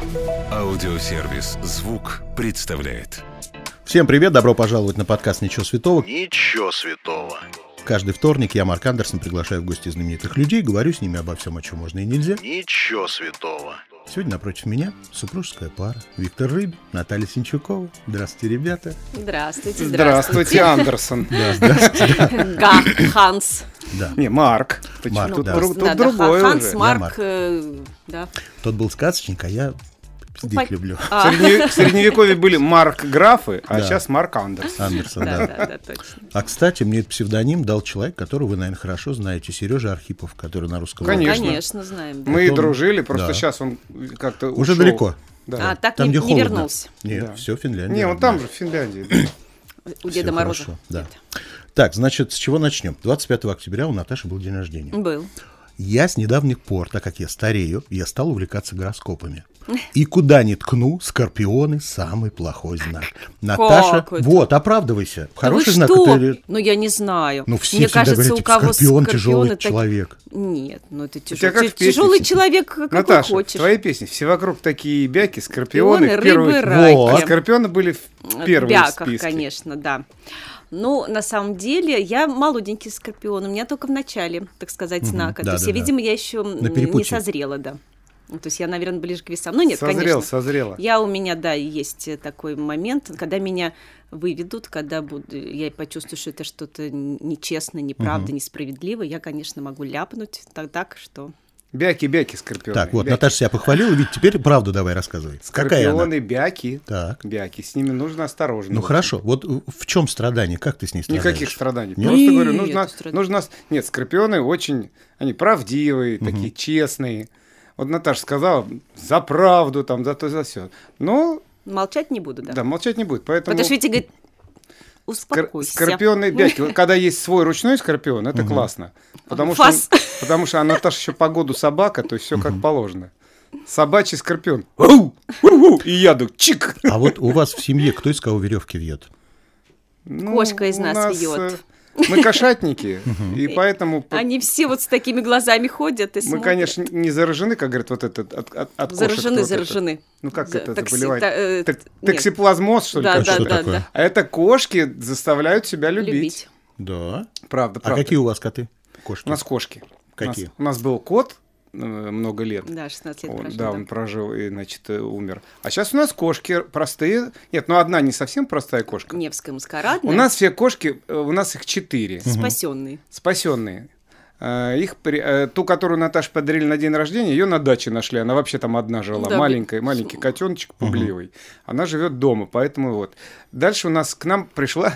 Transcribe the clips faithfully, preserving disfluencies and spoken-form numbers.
Аудиосервис «Звук» представляет. Всем привет, добро пожаловать на подкаст «Ничего святого». Ничего святого. Каждый вторник я, Марк Андерсон, приглашаю в гости знаменитых людей, говорю с ними обо всем, о чем можно и нельзя. Ничего святого. Сегодня напротив меня супружеская пара. Виктор Рыбин, Наталья Синчукова. Здравствуйте, ребята. Здравствуйте, здравствуйте. Здравствуйте, Андерсон. Да, здравствуйте. Га, Ханс. Да. Не, Марк. Марк, Тут, да. тут Да, да, другое Ханс, уже. Марк, Марк. э, да. Тот был сказочник, а я пиздить Упа- люблю. В А, средневе- в Средневековье были Марк Графы, а Да. сейчас Марк Андерсон. Андерсон, Да, да. да, да, точно. А, кстати, мне этот псевдоним дал человек, которого вы, наверное, хорошо знаете. Сережа Архипов, который на русском Конечно. языке. Конечно, знаем. да. Мы и Потом- дружили, просто да. сейчас он как-то Уже ушел. далеко. Да. А, так Там, не, где не холодно. вернулся Нет, Да. все, Финляндия. Не, он родная. там же, в Финляндии. да. у Всё Деда Мороза. хорошо, да. Нет. Так, значит, с чего начнем? двадцать пятого октября у Наташи был день рождения. Был. Я с недавних пор, так как я старею, я стал увлекаться гороскопами. И куда ни ткну, скорпионы – самый плохой знак. Наташа, Как это? вот, оправдывайся. Хороший Да вы знак что? это или- Ну, я не знаю. Ну, все Мне всегда кажется, говорят, у типа, кого скорпион скорпионы тяжелый таки- человек. Нет, ну это тебя как тяжелый, в песне тяжелый всегда. человек, какой Наташа, хочешь. твои песни, все вокруг такие бяки, скорпионы. Скорпионы, в первую- рыбы, раки. Вот. А скорпионы были в первом В бяках, списке. конечно, да. Ну, на самом деле, я молоденький скорпион, у меня только в начале, так сказать, знака. да, То есть, да, я, да. видимо, я еще На не перепутье. созрела, да. Ну, то есть я, наверное, ближе к весам. Ну, нет, Созрел, конечно. созрела. Я у меня, да, есть такой момент, когда меня выведут, когда буду, я почувствую, что это что-то нечестно, неправда, несправедливо, я, конечно, могу ляпнуть так, так что... Бяки, бяки, скорпионы. Так, вот, бяки. Наташа себя похвалила, ведь теперь правду давай рассказывай. Какая она? Скорпионы, бяки. Так. Бяки, с ними нужно осторожно. Ну очень. хорошо, вот в чем страдание, как ты с ней страдаешь? Никаких страданий. Нет? Просто говорю, Нет, нужно, страданий. нужно... Нет, скорпионы очень... Они правдивые, такие честные. Вот Наташа сказала, за правду, там, за то, за все. Но, Молчать не буду, да. да, молчать не будет. Поэтому Потому что Витя говорит, скор- успокойся. скорпионы, бяки. Вот когда есть свой ручной скорпион, это классно. Потому что, Фас. потому что а Наташа еще погоду собака, то есть все как положено. Собачий скорпион. Ау! Ау! И яду. Чик! А вот у вас в семье кто из кого веревки вьет? Ну, Кошка из у нас вьет. э, Мы кошатники, и поэтому... по- Они все вот с такими глазами ходят и Мы, смотрят. конечно, не заражены, как говорят, вот этот от, от, от кошек Заражены, вот это. заражены. Ну как За- это токси- заболевание? та- э, Так- нет. Токсиплазмоз, что ли? Да, как да, что это? да, такое? да. А это кошки заставляют себя любить. Любить. Да. Правда, А правда. какие у вас коты? Кошки? У нас кошки. Какие? У нас, у нас был кот э, много лет. Да, шестнадцать лет Он- прошло. да, да. он прожил и, значит, э, умер. А сейчас у нас кошки простые. Нет, ну одна не совсем простая кошка. Невская маскарадная. У нас все кошки, э, у нас их четыре. спасенные. Спасенные. Э, Их, при- э, ту, которую Наташе подарили на день рождения, ее на даче нашли. Она вообще там одна жила. Да, Маленькая, маленький котеночек пугливый. Она живет дома, поэтому вот. Дальше у нас к нам пришла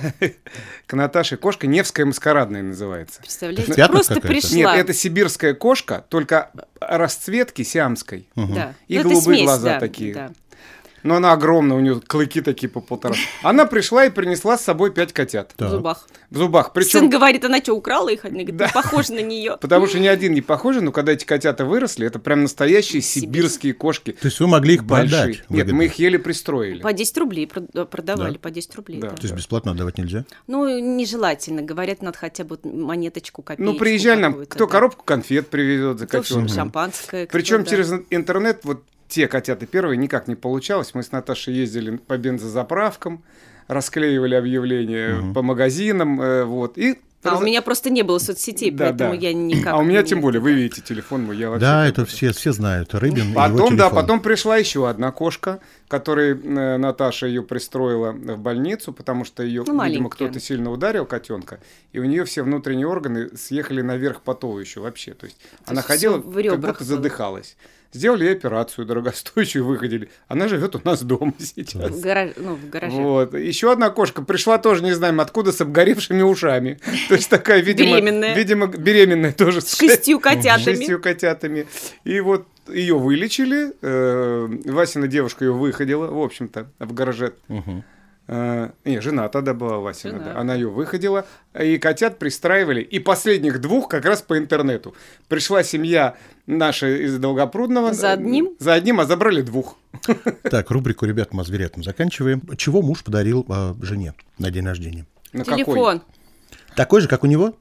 к Наташе кошка Невская маскарадная называется. Представляете? В театр Просто какая-то? пришла. Нет, это сибирская кошка, только расцветки сиамской. Да. И Ну, это голубые смесь, глаза да, такие. да. Но она огромная, у нее клыки такие по полтора. Она пришла и принесла с собой пять котят. В Так. зубах. В зубах. Сын Причем, говорит, она что, украла их? Она говорит, Да. не похожа на нее. потому что ни один не похожий, но когда эти котята выросли, это прям настоящие сибирские кошки. То есть вы могли их Большие. продать? Нет, выгодно? мы их еле пристроили. По десять рублей прод- продавали, Да? по десять рублей. Да. да. То есть бесплатно отдавать нельзя? Ну, нежелательно. Говорят, надо хотя бы монеточку, копеечку Ну, приезжали нам, какую-то, кто да. коробку конфет привезет за Кто котенком. шампанское. кто, Причем да. через интернет вот те котята первые никак не получалось. Мы с Наташей ездили по бензозаправкам, расклеивали объявления по магазинам, э, вот. И А раз- у меня просто не было соцсетей, Да, поэтому да. я никак... А у меня не- тем более, вы видите телефон мой, я вообще... Да, как это бы- все, все знают. Рыбин и его Потом, да, телефон. потом пришла еще одна кошка, которой э, Наташа ее пристроила в больницу, потому что ее, Ну, видимо, маленькая. кто-то сильно ударил котенка, и у нее все внутренние органы съехали наверх по туловищу вообще. То есть она есть ходила, всё в как ребрах будто было. задыхалась. Сделали ей операцию дорогостоящую, выходили. Она живет у нас дома сейчас. В, гараж... ну, в гараже. Вот. Еще одна кошка пришла тоже, не знаем откуда, с обгоревшими ушами. То есть такая, видимо, Беременная. видимо, беременная тоже. С шестью С котятами. шестью котятами. И вот ее вылечили. э, Васина девушка ее выходила, в общем-то, в гараже. Мгм. Э, Не, жена тогда была Васина, Жена. да. Она ее выходила. И котят пристраивали. И последних двух как раз по интернету. Пришла семья наша из Долгопрудного. За одним? За одним, а забрали двух. Так, рубрику «Ребятам о зверятам» заканчиваем. Чего муж подарил а, жене на день рождения? На какой? Телефон. Такой же, как у него?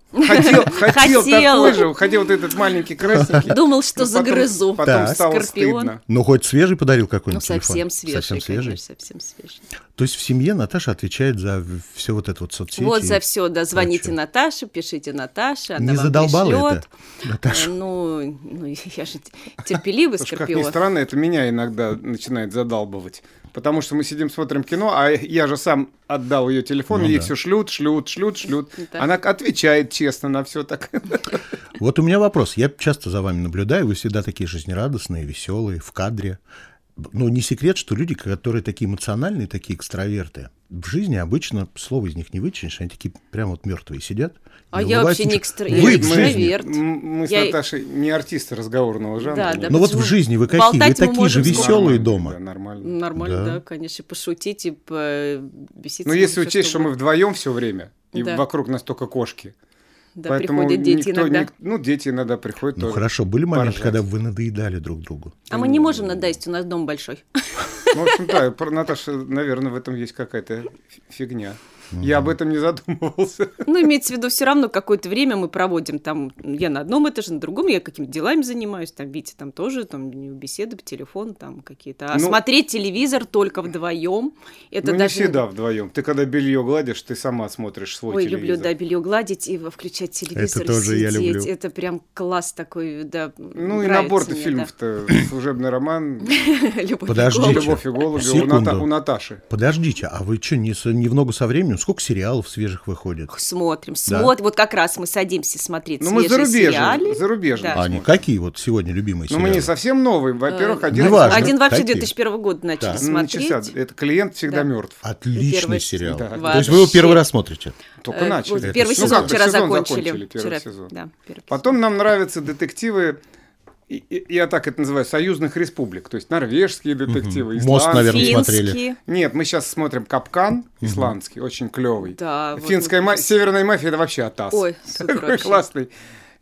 Хотел, хотел, Хотел. такой же, хотел вот этот маленький красненький. Думал, что но потом- загрызу. Потом Так. стало Скорпион. стыдно. Ну, хоть свежий подарил Ну, какой-нибудь телефон? совсем свежий, Совсем свежий? конечно, совсем свежий. То есть в семье Наташа отвечает за все вот это вот соцсети? Вот и за все, да, звоните прочее. Наташе, пишите Наташе, она Не вам задолбало пришлёт. это, Наташа? Э, Ну, ну, я же терпеливый Слушай, как ни Скорпион. странно, это меня иногда начинает задалбывать. Потому что мы сидим, смотрим кино, а я же сам отдал ее телефон, Ну и ей да. все шлют, шлют, шлют, шлют. Да. Она отвечает честно на все так. Вот у меня вопрос. Я часто за вами наблюдаю, вы всегда такие жизнерадостные, веселые, в кадре. Ну, не секрет, что люди, которые такие эмоциональные, такие экстраверты, в жизни обычно слово из них не вытянешь, они такие прям вот мертвые сидят. А не я улыбаются, вообще не ничего. экстра- Вы я в не жизни. экстраверт. М- Мы с Я- Наташей не артисты разговорного жанра. Да, нет. да. Ну вот в почему? жизни вы какие? Болтать Вы мы такие же можем веселые Нормально, дома. да, нормально. Нормально, Да. да, конечно, пошутить и побеситься. Но можно если всё, учесть, что мы угодно. вдвоем все время, и Да. вокруг нас только кошки. Да, Поэтому приходят дети никто- иногда. ник- ну, дети иногда приходят Ну тоже. хорошо, были моменты, поржать. когда вы надоедали друг другу? А мы не можем надоесть, у нас дом большой. Ну, в общем, да, про Наташа, наверное, в этом есть какая-то ф- фигня. Я об этом не задумывался. Ну, имеется в виду, все равно какое-то время мы проводим там, я на одном этаже, на другом, я какими-то делами занимаюсь, там, Витя там тоже, там, беседы по телефону, там, какие-то. А Ну, смотреть телевизор только вдвоем, это Ну, не даже... всегда вдвоем. Ты когда белье гладишь, ты сама смотришь свой Ой, телевизор. люблю, да, белье гладить и включать телевизор, Это тоже я сидеть. люблю. Это прям класс такой, да. Ну, и нравится набор-то мне, фильмов-то, служебный роман, да. Любовь и Подождите. голуби. «Любовь и голуби» у, Секунду. Ната- у Наташи. Подождите, а вы что, не, с- не в ногу со временем? Сколько сериалов свежих выходит? Смотрим, Да? смотрим. Вот как раз мы садимся смотреть Ну, мы свежие зарубежные, сериалы. зарубежные. Да. А они смотрим. какие вот сегодня любимые Ну, сериалы? мы не совсем новые. Во-первых, Э, один... Неважно. Один вообще Какие? две тысячи первого года начали Да. Ну, смотреть. начался. Это «Клиент всегда Да. мертв». Отличный Первый- сериал. Да. То есть вы его первый Вообще. раз смотрите? Только Э, начали. вот Первый Ну, сезон как, вчера сезон закончили. закончили, первый Вчера, сезон. да, первый Потом нам нравятся детективы, и- и- я так это называю, союзных республик. То есть норвежские детективы, Мост, исландские. наверное, сезон. смотрели. Финские. Нет, мы сейчас смотрим «Капкан» исландский, очень клевый. Да, вот Финская мы- ма- северная мафия — это вообще атас. Ой, супер Какой вообще. классный.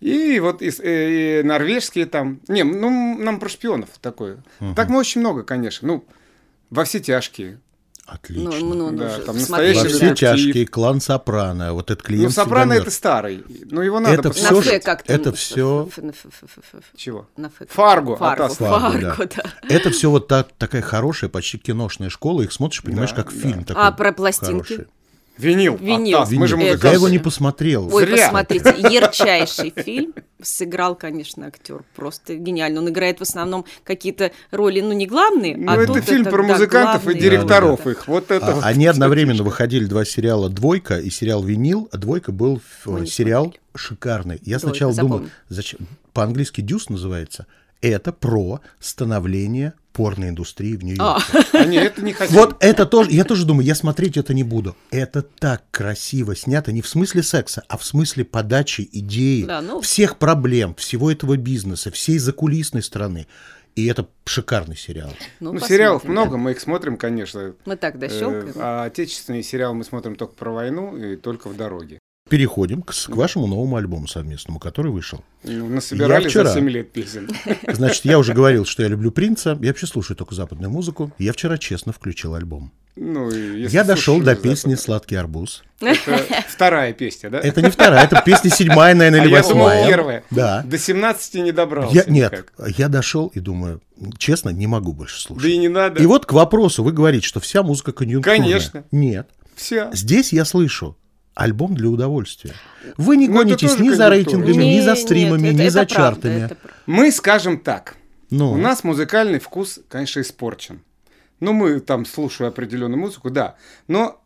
И вот и, с- э, и норвежские там. Не, ну нам про шпионов такое. Так мы очень много, конечно. Ну, «Во все тяжкие». Отлично. Ну, ну, ну, Да, же там посмотрели. Во настоящий все детектив. тяжкие, клан Сопрано, вот этот клиент Ну, «Сопрано» всегда это старый. Ну, его надо Это На всё посмотреть. же- Ф как-то. это всё- Ф- ф- ф- ф- ф- Чего? На Ф. «Фарго», Фарго, атас. Фарго, Фарго, да. Это все вот та- такая хорошая, почти киношная школа. Их смотришь, понимаешь, Да, как да. фильм такой. А про пластинки? хороший. Винил. Винил. атас. Мы же Винил. музыканты. Я его не посмотрел. Ой, Зря. посмотрите, ярчайший фильм. Сыграл, конечно, актер. Просто гениально. Он играет в основном какие-то роли, ну, не главные, Ну, а это тут фильм это, про да, музыкантов и главные. директоров Да, да, их. Вот это А- вот. Они одновременно выходили два сериала «Двойка» и сериал «Винил», а «Двойка» был э, Мы не сериал смотрели. шикарный. Я «Двойка», сначала думал, запомню. зачем? По-английски «Дюс» называется. Это про становление порноиндустрии в Нью-Йорке. А, А не, это не хотим. Вот это тоже, я тоже думаю, я смотреть это не буду. Это так красиво снято, не в смысле секса, а в смысле подачи идеи, Да, ну- всех проблем, всего этого бизнеса, всей закулисной стороны. И это шикарный сериал. ну, Ну, посмотрим, сериалов да. много, мы их смотрим, конечно. Мы так Э, дощелкаем. А отечественные сериалы мы смотрим только про войну и только в дороге. Переходим к, с- к вашему новому альбому совместному, который вышел. Ну, насобирали вчера- за семь лет песен. Значит, я уже говорил, что я люблю Принца. Я вообще слушаю только западную музыку. Я вчера честно включил альбом. Ну, и если Я дошел слушаешь до песни Запад, «Сладкий арбуз». Это вторая песня, да? Это не вторая, это песня седьмая, наверное, А или я думал, восьмая. первая. Да. До семнадцати не добрался Я, нет, никак. я дошел и думаю, честно, не могу больше слушать. Да и не надо. И вот к вопросу, вы говорите, что вся музыка конъюнктурная. Конечно. Нет. Все. Здесь я слышу альбом для удовольствия. Вы не Ну, это гонитесь тоже ни за конъюнктура. рейтингами, ни за Не, стримами, нет, ни это- за это правда, чартами. это правда. Мы скажем так. Ну, У нас музыкальный вкус, конечно, испорчен. Ну, мы там слушаем определенную музыку, да. Но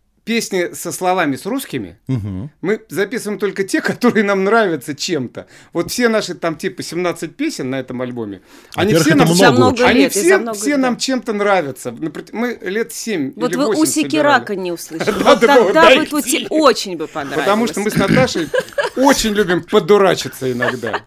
песни со словами с русскими мгм. мы записываем только те, которые нам нравятся чем-то. Вот все наши там типа семнадцать песен на этом альбоме, они Во-первых, все это нам, много За много очень. они лет, и все, за много все лет. нам чем-то нравятся. Напр- Мы лет семь Вот или вы восемь усики собирали. рака не услышали. Надо Вот было тогда вы дойти. тут и очень бы понравилось. Потому что мы с Наташей очень любим подурачиться иногда.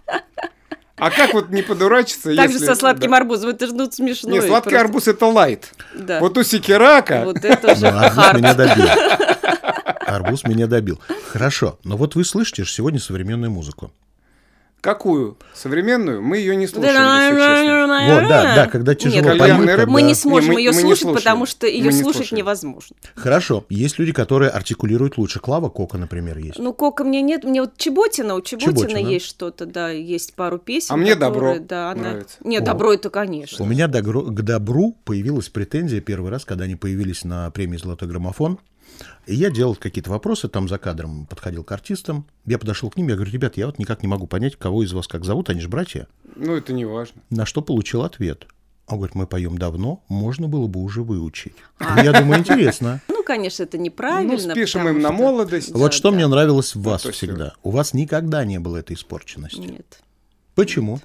А как вот не подурачиться, Так же если... со сладким да. арбузом, это же ну, смешно. Не, это сладкий просто- арбуз — это лайт. Да. Вот усики рака... Вот это уже Ну, арбуз хард. меня добил. Арбуз меня добил. Хорошо, но вот вы слышите же сегодня современную музыку. Какую? Современную? Мы ее не слушаем, если честно. Вот, да, да, когда тяжело Нет, поют, кальянный рэп, когда- мы не сможем Не, мы- ее мы не слушать, слушаем. потому что ее Мы не слушать слушаем. невозможно. Хорошо, есть люди, которые артикулируют лучше. Клава Кока, например, есть. Ну, Кока мне нет. Мне вот Чеботина, у Чеботина, Чеботина. есть что-то, да, есть пару песен. А мне которые, «Добро» да, она... нравится. Нет, О. добро это, конечно. У меня догро- к добру появилась претензия первый раз, когда они появились на премии «Золотой граммофон». И я делал какие-то вопросы, там за кадром подходил к артистам. Я подошел к ним, я говорю: ребят, я вот никак не могу понять, кого из вас как зовут, они же братья. Ну, это не важно. На что получил ответ. Он говорит: мы поем давно, можно было бы уже выучить. Ну, я думаю, интересно. Ну, конечно, это Ну, неправильно. спишем потому им на что- молодость. Вот Да, что да. мне нравилось в вас Это всегда. У вас никогда не было этой испорченности. Нет. Почему?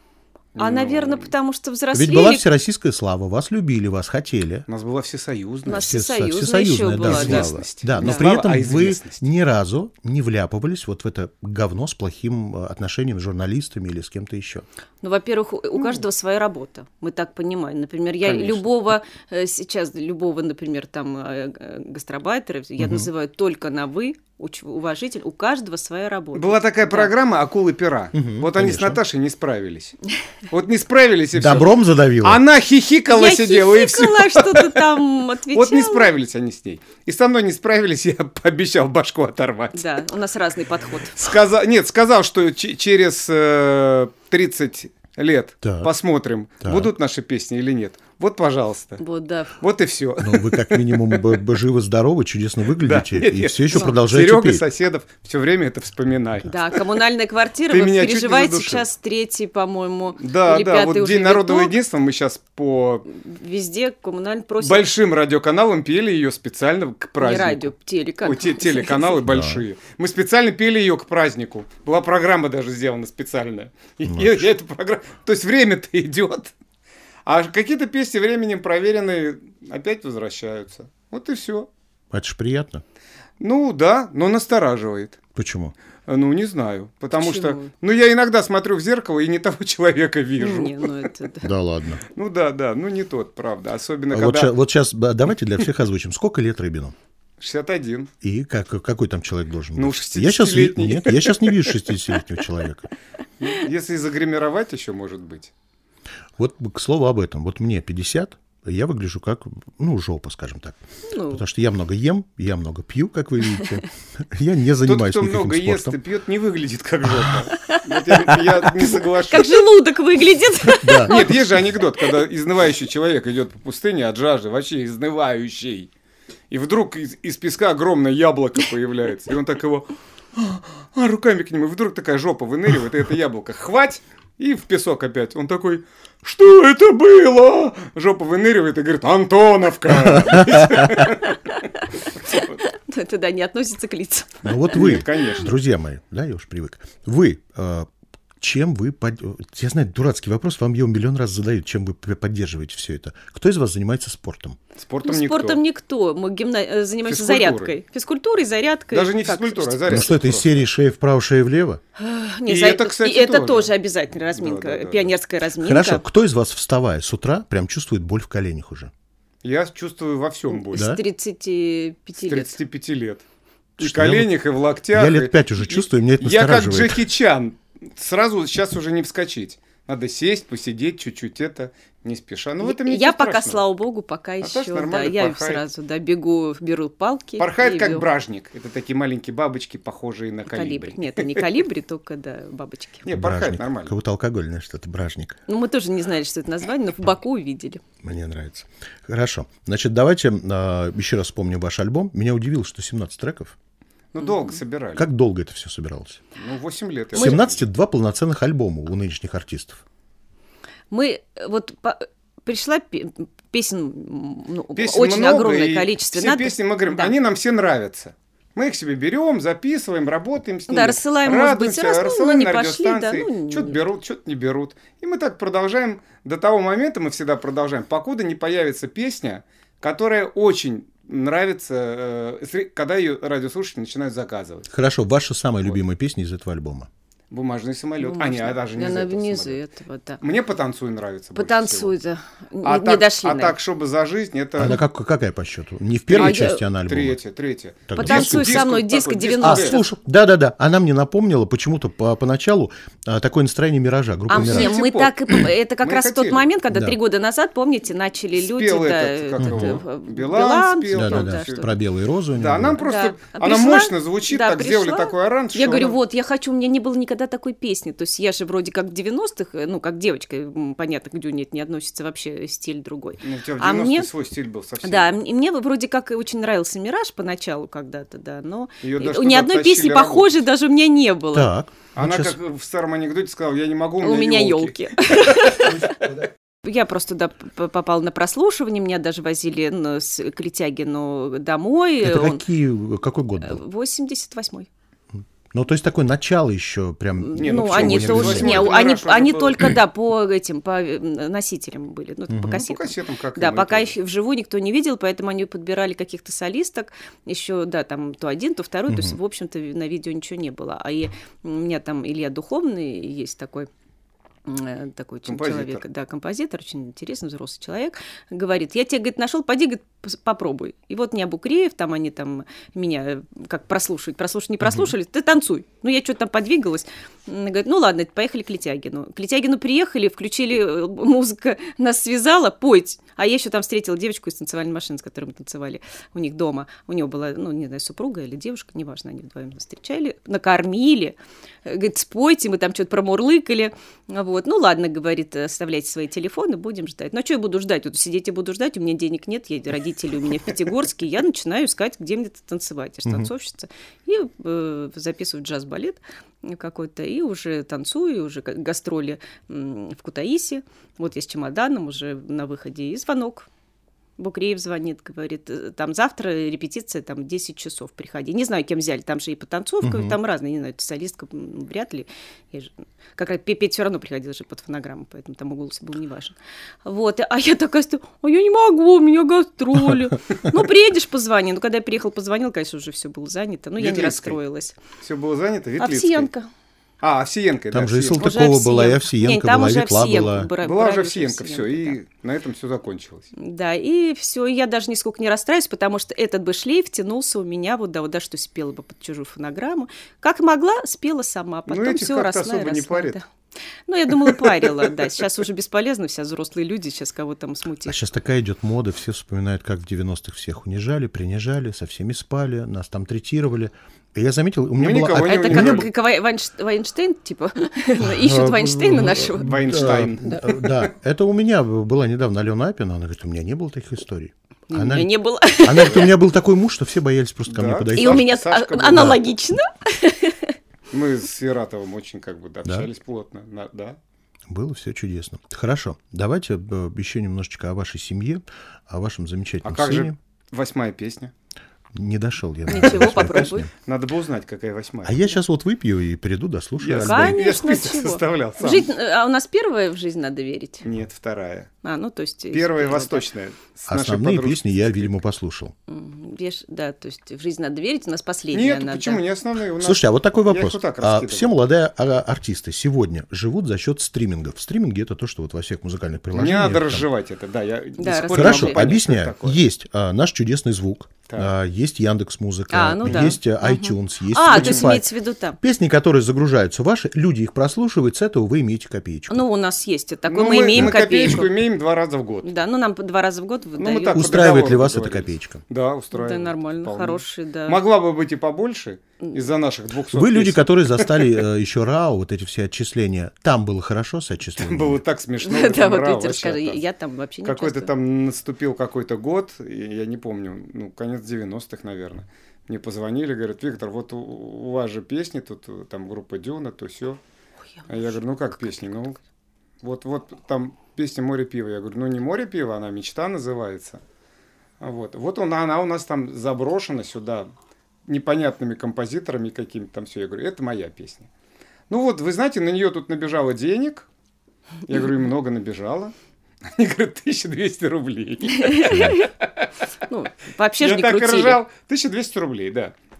А, наверное, потому что взрослели. Ведь была всероссийская слава, вас любили, вас хотели. У нас была У всесоюзная. нас Все- всесоюзная всесоюзная, еще да, была, слава. да. известность. Да, но Не при слава, этом а вы известность. ни разу не вляпывались вот в это говно с плохим э, отношением с журналистами или с кем-то еще. Ну, во-первых, у, у каждого своя работа. Мы так понимаем. Например, я Конечно. любого э, сейчас, любого, например, там э, э, гастробайтера, я называю только на «вы», уч- уважитель. У каждого своя работа. Была такая Да. программа «Акулы пера». Мгм, вот они конечно. с Наташей не справились. Вот не справились и все. Добром задавила? Она хихикала, Я сидела и все. хихикала, что-то там отвечала. Вот не справились они с ней. И со мной не справились, я пообещал башку оторвать. Да, у нас разный подход. Сказал, нет, сказал, что ч- через э, тридцать лет Так. посмотрим, Так. будут наши песни или нет. Вот, пожалуйста. Вот, да. Вот и все. Ну, вы как минимум б- б- живы-здоровы, чудесно выглядите, Да, нет, и нет. все еще Ну, продолжаете Серега петь. Соседов все время это вспоминает. Да, коммунальная квартира, Ты вы меня чуть не переживаете задушил. сейчас третий, по-моему, Да, или да, пятый вот уже День народного виток. единства мы сейчас по Везде коммунальный просит. большим радиоканалам пели ее специально к Не празднику. радио, телеканал. Ой, те- телеканалы большие. Мы специально пели ее к празднику. Была программа даже сделана специальная. И, Ну, и эта программа... То есть время-то идет. А какие-то песни временем проверенные опять возвращаются. Вот и все. Это ж приятно. Ну да, но настораживает. Почему? Ну, не знаю. Потому Почему? что... Ну, я иногда смотрю в зеркало и не того человека вижу. Не, ну это да. Да ладно. Ну да, да, ну не тот, правда. Особенно А когда... Вот, ща- вот сейчас давайте для всех озвучим. Сколько лет Рыбину? шестьдесят один. И как, какой там человек должен быть? Ну, я сейчас, шестидесятилетний. нет, я сейчас не вижу шестидесятилетнего человека. Если загримировать еще, может быть. Вот, к слову об этом. Вот мне пятьдесят, я выгляжу как, ну, жопа, скажем так. Ну, Потому что я много ем, я много пью, как вы видите. Я не Тот, занимаюсь кто никаким много ест и спортом. пьет, не выглядит как жопа. Вот я, я не соглашусь. как желудок выглядит. Да. Нет, есть же анекдот, когда изнывающий человек идет по пустыне от жажды, вообще изнывающий. И вдруг из, из песка огромное яблоко появляется. И он так его а, руками к нему. И вдруг такая жопа выныривает, и это яблоко хвать, и в песок опять. Он такой: что это было? Жопа выныривает и говорит: Антоновка. Это да, не относится к лицам. Ну вот вы, Нет, конечно. друзья мои, да, я уж привык. Вы, э, чем вы... под- Я знаю, дурацкий вопрос, вам его миллион раз задают, чем вы п- поддерживаете все это. Кто из вас занимается спортом? Спортом Ну, никто. спортом никто. Мы гимна... э, занимаемся Физкультурой. зарядкой. Физкультурой, зарядкой. Даже не Как? физкультура, а Ну зарядка. что это из просто. серии «Шея вправо, шея влево»? Не, И за- это, кстати, и это тоже. тоже обязательно разминка, Да, да, да, да. пионерская разминка. Хорошо, кто из вас, вставая с утра, прям чувствует боль в коленях уже? Я чувствую во всем боль. Да? С тридцати С пяти лет. тридцати пяти лет. И в Что, я коленях, и в локтях. Я и- лет пять уже чувствую, меня это Я как настораживает. Джеки Чан. Сразу сейчас уже не вскочить. Надо сесть, посидеть чуть-чуть, это не спеша. Ну, в этом Я ничего пока, страшного. слава богу, пока Наташа еще, да, нормально я порхает. сразу, да, бегу, беру палки. Порхает и как бегу. бражник. Это такие маленькие бабочки, похожие на калибри. Нет, это не калибри, только, да, бабочки. Не, порхает Бражник. нормально. Как будто алкогольное что-то, бражник. Ну, мы тоже не знали, что это название, но в Баку увидели. Мне нравится. Хорошо. Значит, давайте э, еще раз вспомним ваш альбом. Меня удивило, что семнадцать треков. Ну, долго собирали. Как долго это все собиралось? Ну, восемь лет. я семнадцать — это два полноценных альбома у нынешних артистов. Мы э, вот по- пришла пе- песен, ну, Песен очень много, огромное и количество. Все Надо- песни мы говорим, да. они нам все нравятся. Мы их себе берем, записываем, работаем с ними. Да, рассылаем, может быть, радуемся, раз, ну, рассылаем ну, не на пошли, да, радиостанции. ну, Что-то нет. берут, что-то не берут. И мы так продолжаем до того момента, мы всегда продолжаем, покуда не появится песня, которая очень нравится, э, сре- когда ее радиослушатели начинают заказывать. Хорошо, ваша самая любимая песня из этого альбома? Бумажный самолет. Бумажный. А, нет, а даже не Она из этого внизу самолета. этого, да. Мне «Потанцуй» нравится «Потанцуй», больше всего. да. Не, А, не так, дошли, а наверное. так, чтобы за жизнь, это... Она как, какая по счету? Не в первой А части я- она альбома? Третья, третья. Так, «Потанцуй диско- со мной», диско диско такой, А, девяностых. слушай, да-да-да, она мне напомнила почему-то по- поначалу а, такое настроение «Миража», группа А «Мираж». не, мы Сити-поп. так и... Это как Мы раз хотели. тот момент, когда Да. три года назад, помните, начали люди... Спел да, этот, как этот, его, э, Билан спел, там, там Да-да-да, всё. что- про белые розы у него Да, было. нам просто... Да. Она Пришла, мощно звучит, да, так сделали пришла. такой аранж. Я что говорю, она- вот, я хочу, у меня не было никогда такой песни. То есть я же вроде как в девяностых, ну, как девочка, м, понятно, к Дюне это не относится вообще, стиль другой. Ну, у тебя в А девяностые мне- свой стиль был совсем. Да, и мне вроде как очень нравился «Мираж» поначалу когда-то, да, но Её и- даже ни туда одной тащили песни работать. похожей даже у меня не было. Так. Она вот щас- как в старом анекдоте сказала, я не могу, У меня елки. елки. Я просто да, п- попала на прослушивание, меня даже возили ну, с Критягину домой. Это Он- какие, какой год был? восемьдесят восьмой. Ну, то есть такое начало еще прям... Не, ну ну, почему, они-то уже... восемьдесят Не, восьмой, они, это они было. только, да, по этим, по э, носителям были, ну, по Ну, по кассетам. кассетам как и Да, мы пока тоже. их вживую никто не видел, поэтому они подбирали каких-то солисток, еще, да, там то один, то второй, то есть, в общем-то, на видео ничего не было. А и у меня там Илья Духовный есть такой, э, такой очень Композитор. человек, да, композитор, очень интересный взрослый человек, говорит, я тебе, говорит, нашел, поди, говорит, пос- попробуй. И вот не Абукреев, там они там меня э, как прослушивают, прослушать не прослушали, ты танцуй. Ну, я что-то там подвигалась. М, Говорит, ну ладно, поехали к Летягину. К Летягину приехали, включили, э, музыка нас связала, пойте. А я еще там встретила девочку из танцевальной машины, с которой мы танцевали у них дома. У него была, ну, не знаю, супруга или девушка, неважно, они вдвоем нас встречали, накормили. Э, Говорит, спойте, мы там что-то промурлыкали. Вот. Ну ладно, говорит, оставляйте свои телефоны, будем ждать. Ну а что я буду ждать? Вот сидеть и буду ждать, у меня денег нет, я, родители у меня в Пятигорске, я начинаю искать, где мне танцевать. Я же танцовщица. И э, записываю джаз-балет какой-то, и уже танцую, и уже га- гастроли м, в Кутаиси. Вот я с чемоданом уже на выходе, и звонок. Букреев звонит, говорит, «Э, там завтра репетиция, там десять часов, приходи. Не знаю, кем взяли, там же и потанцовка, Мгм. там разные, не знаю, это солистка, м, вряд ли. Я же- как раз пе- петь все равно приходила же под фонограмму, поэтому там голос был не важен. Вот, а я такая стою, а я не могу, у меня гастроли. Ну, приедешь, позвони. Ну, когда я приехала, позвонил, конечно, уже все было занято, но я не Ветлицкой. расстроилась. Все было занято, Ветлицкой. Овсиенко. А, Овсиенко, Там да, же и Овсиенко. Салтыкова Уже была, и Овсиенко. Овсиенко Нет, там была, и уже Ветла Овсиенко была. бра- Была брали уже уже Овсиенко, все, Овсиенко, и на этом все закончилось. Да, и все, я даже нисколько не расстраиваюсь, потому что этот бы шлейф тянулся у меня, вот да, вот да, что спела бы под чужую фонограмму. Как могла, спела сама, Ну, потом этих все как-то росла и особо не росла, парит. да. Ну, я думала, парила, да. Сейчас уже бесполезно, все взрослые люди, сейчас кого там А смутить. сейчас такая идет мода, все вспоминают, как в девяностых всех унижали, принижали, со всеми спали, нас там третировали. И я заметил, у меня Мы была... никого а- не Это унижали. как, как Вай- Вайнш- Вайнштейн, типа, ищут Вайнштейна нашего. Вайнштайн. Да, да, это у меня была недавно Алена Апина, она говорит, у меня не было таких историй. У Она, меня не было. она говорит, у меня был такой муж, что все боялись просто ко мне Да. подойти. И у меня Сашка а- был, аналогично. Мы с Сиратовым очень как бы да, общались плотно. на- Да. Было все чудесно. Хорошо, давайте э, еще немножечко о вашей семье, о вашем А замечательном как сыне. же восьмая песня? Не дошел я. до Ничего, восьмой попробуй. песни. Надо бы узнать, какая восьмая. А я сейчас вот выпью и приду, дослушаю. Я, альбом. Конечно, я список чего? составлял сам. Жизнь, а у нас первая в жизнь надо верить. Нет, вторая. А, ну, то есть... Первая да. восточная. с нашей Основные подружкой. песни я, видимо, послушал. М, веш- Да, то есть в жизнь надо верить, у нас последняя Нет, надо. почему не основные? У нас... Слушайте, а вот такой Я вопрос. их вот так А раскидывал. все молодые а- артисты сегодня живут за счет стримингов. Стриминги — это то, что вот во всех музыкальных Не приложениях. надо там- разжевать это, да. Я до сих пор не расскажи. Хорошо, могу понять, объясняю. что это такое. Есть а, наш чудесный звук, Так. а, есть Яндекс.Музыка, А, ну да. есть а, Мгм. iTunes, есть А, то есть Spotify. имеется в виду там. Песни, которые загружаются ваши, люди их прослушивают, с этого вы имеете копеечку. Ну, у нас есть это такое, Ну, мы имеем мы копеечку. копеечку имеем два раза в год. Да, ну нам по два раза в год мы выдают. так Устраивает ли договору вас эта договорились. копеечка? Да, устраивает. Да, нормально, вполне. хороший, да. Могла бы быть и побольше из-за наших двухсот Вы люди, песен. которые застали э, еще РАО, вот эти все отчисления. Там было хорошо с отчислениями? Было так смешно. в Да, этом вот РАО видите, вообще, расскажи, да. я там вообще не Какой-то участвую. там наступил какой-то год, и я не помню, ну, конец девяностых, наверное. Мне позвонили, говорят, Виктор, вот у, у вас же песни, тут там группа Дюна, то все. А я говорю, ну как песни? Ну, вот, вот там песня «Море пива». Я говорю, ну не «Море пива», она «Мечта» называется. А Вот, вот он, она у нас там заброшена сюда непонятными композиторами какими-то там все. Я говорю, это моя песня. Ну вот, вы знаете, на нее тут набежало денег. Я говорю, и много набежало. Они говорят, тысяча двести рублей. Ну, вообще Я же не так и крутили. ржал. тысяча двести рублей, да.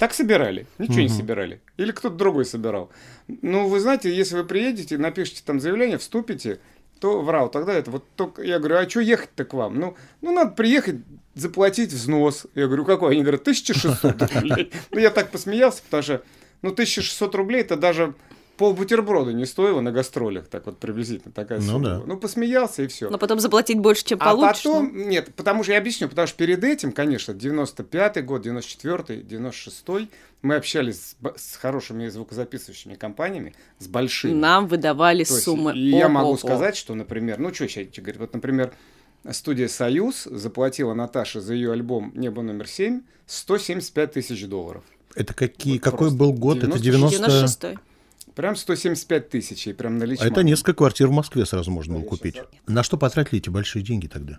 Так собирали? Ничего угу. не собирали. Или кто-то другой собирал. Ну, вы знаете, если вы приедете, напишите там заявление, вступите, то врал. Тогда это вот только... Я говорю, а что ехать-то к вам? Ну, ну, надо приехать, заплатить взнос. Я говорю, какой? Они говорят, тысяча шестьсот рублей. Ну, я так посмеялся, потому что, ну, тысяча шестьсот рублей, это даже... пол бутерброда не стоило на гастролях, так вот приблизительно такая ну, сумма. Да. Ну, посмеялся и все. Но потом заплатить больше, чем а получишь. потом, ну... нет, потому что я объясню, потому что перед этим, конечно, девяносто пятый год, девяносто четвёртый, девяносто шестой, мы общались с, с хорошими звукозаписывающими компаниями, с большими. Нам выдавали То есть, суммы. И О, я могу о, сказать, что, например, ну, что сейчас говорить, вот, например, студия «Союз» заплатила Наташе за ее альбом «Небо номер семь» сто семьдесят пять тысяч долларов. Это какие, Вот какой был год? девяносто Это девяносто... девяносто шестой. Прям сто семьдесят пять тысяч, и прям наличие. А это несколько квартир в Москве сразу можно Да, было купить. сейчас... На что потратили эти большие деньги тогда?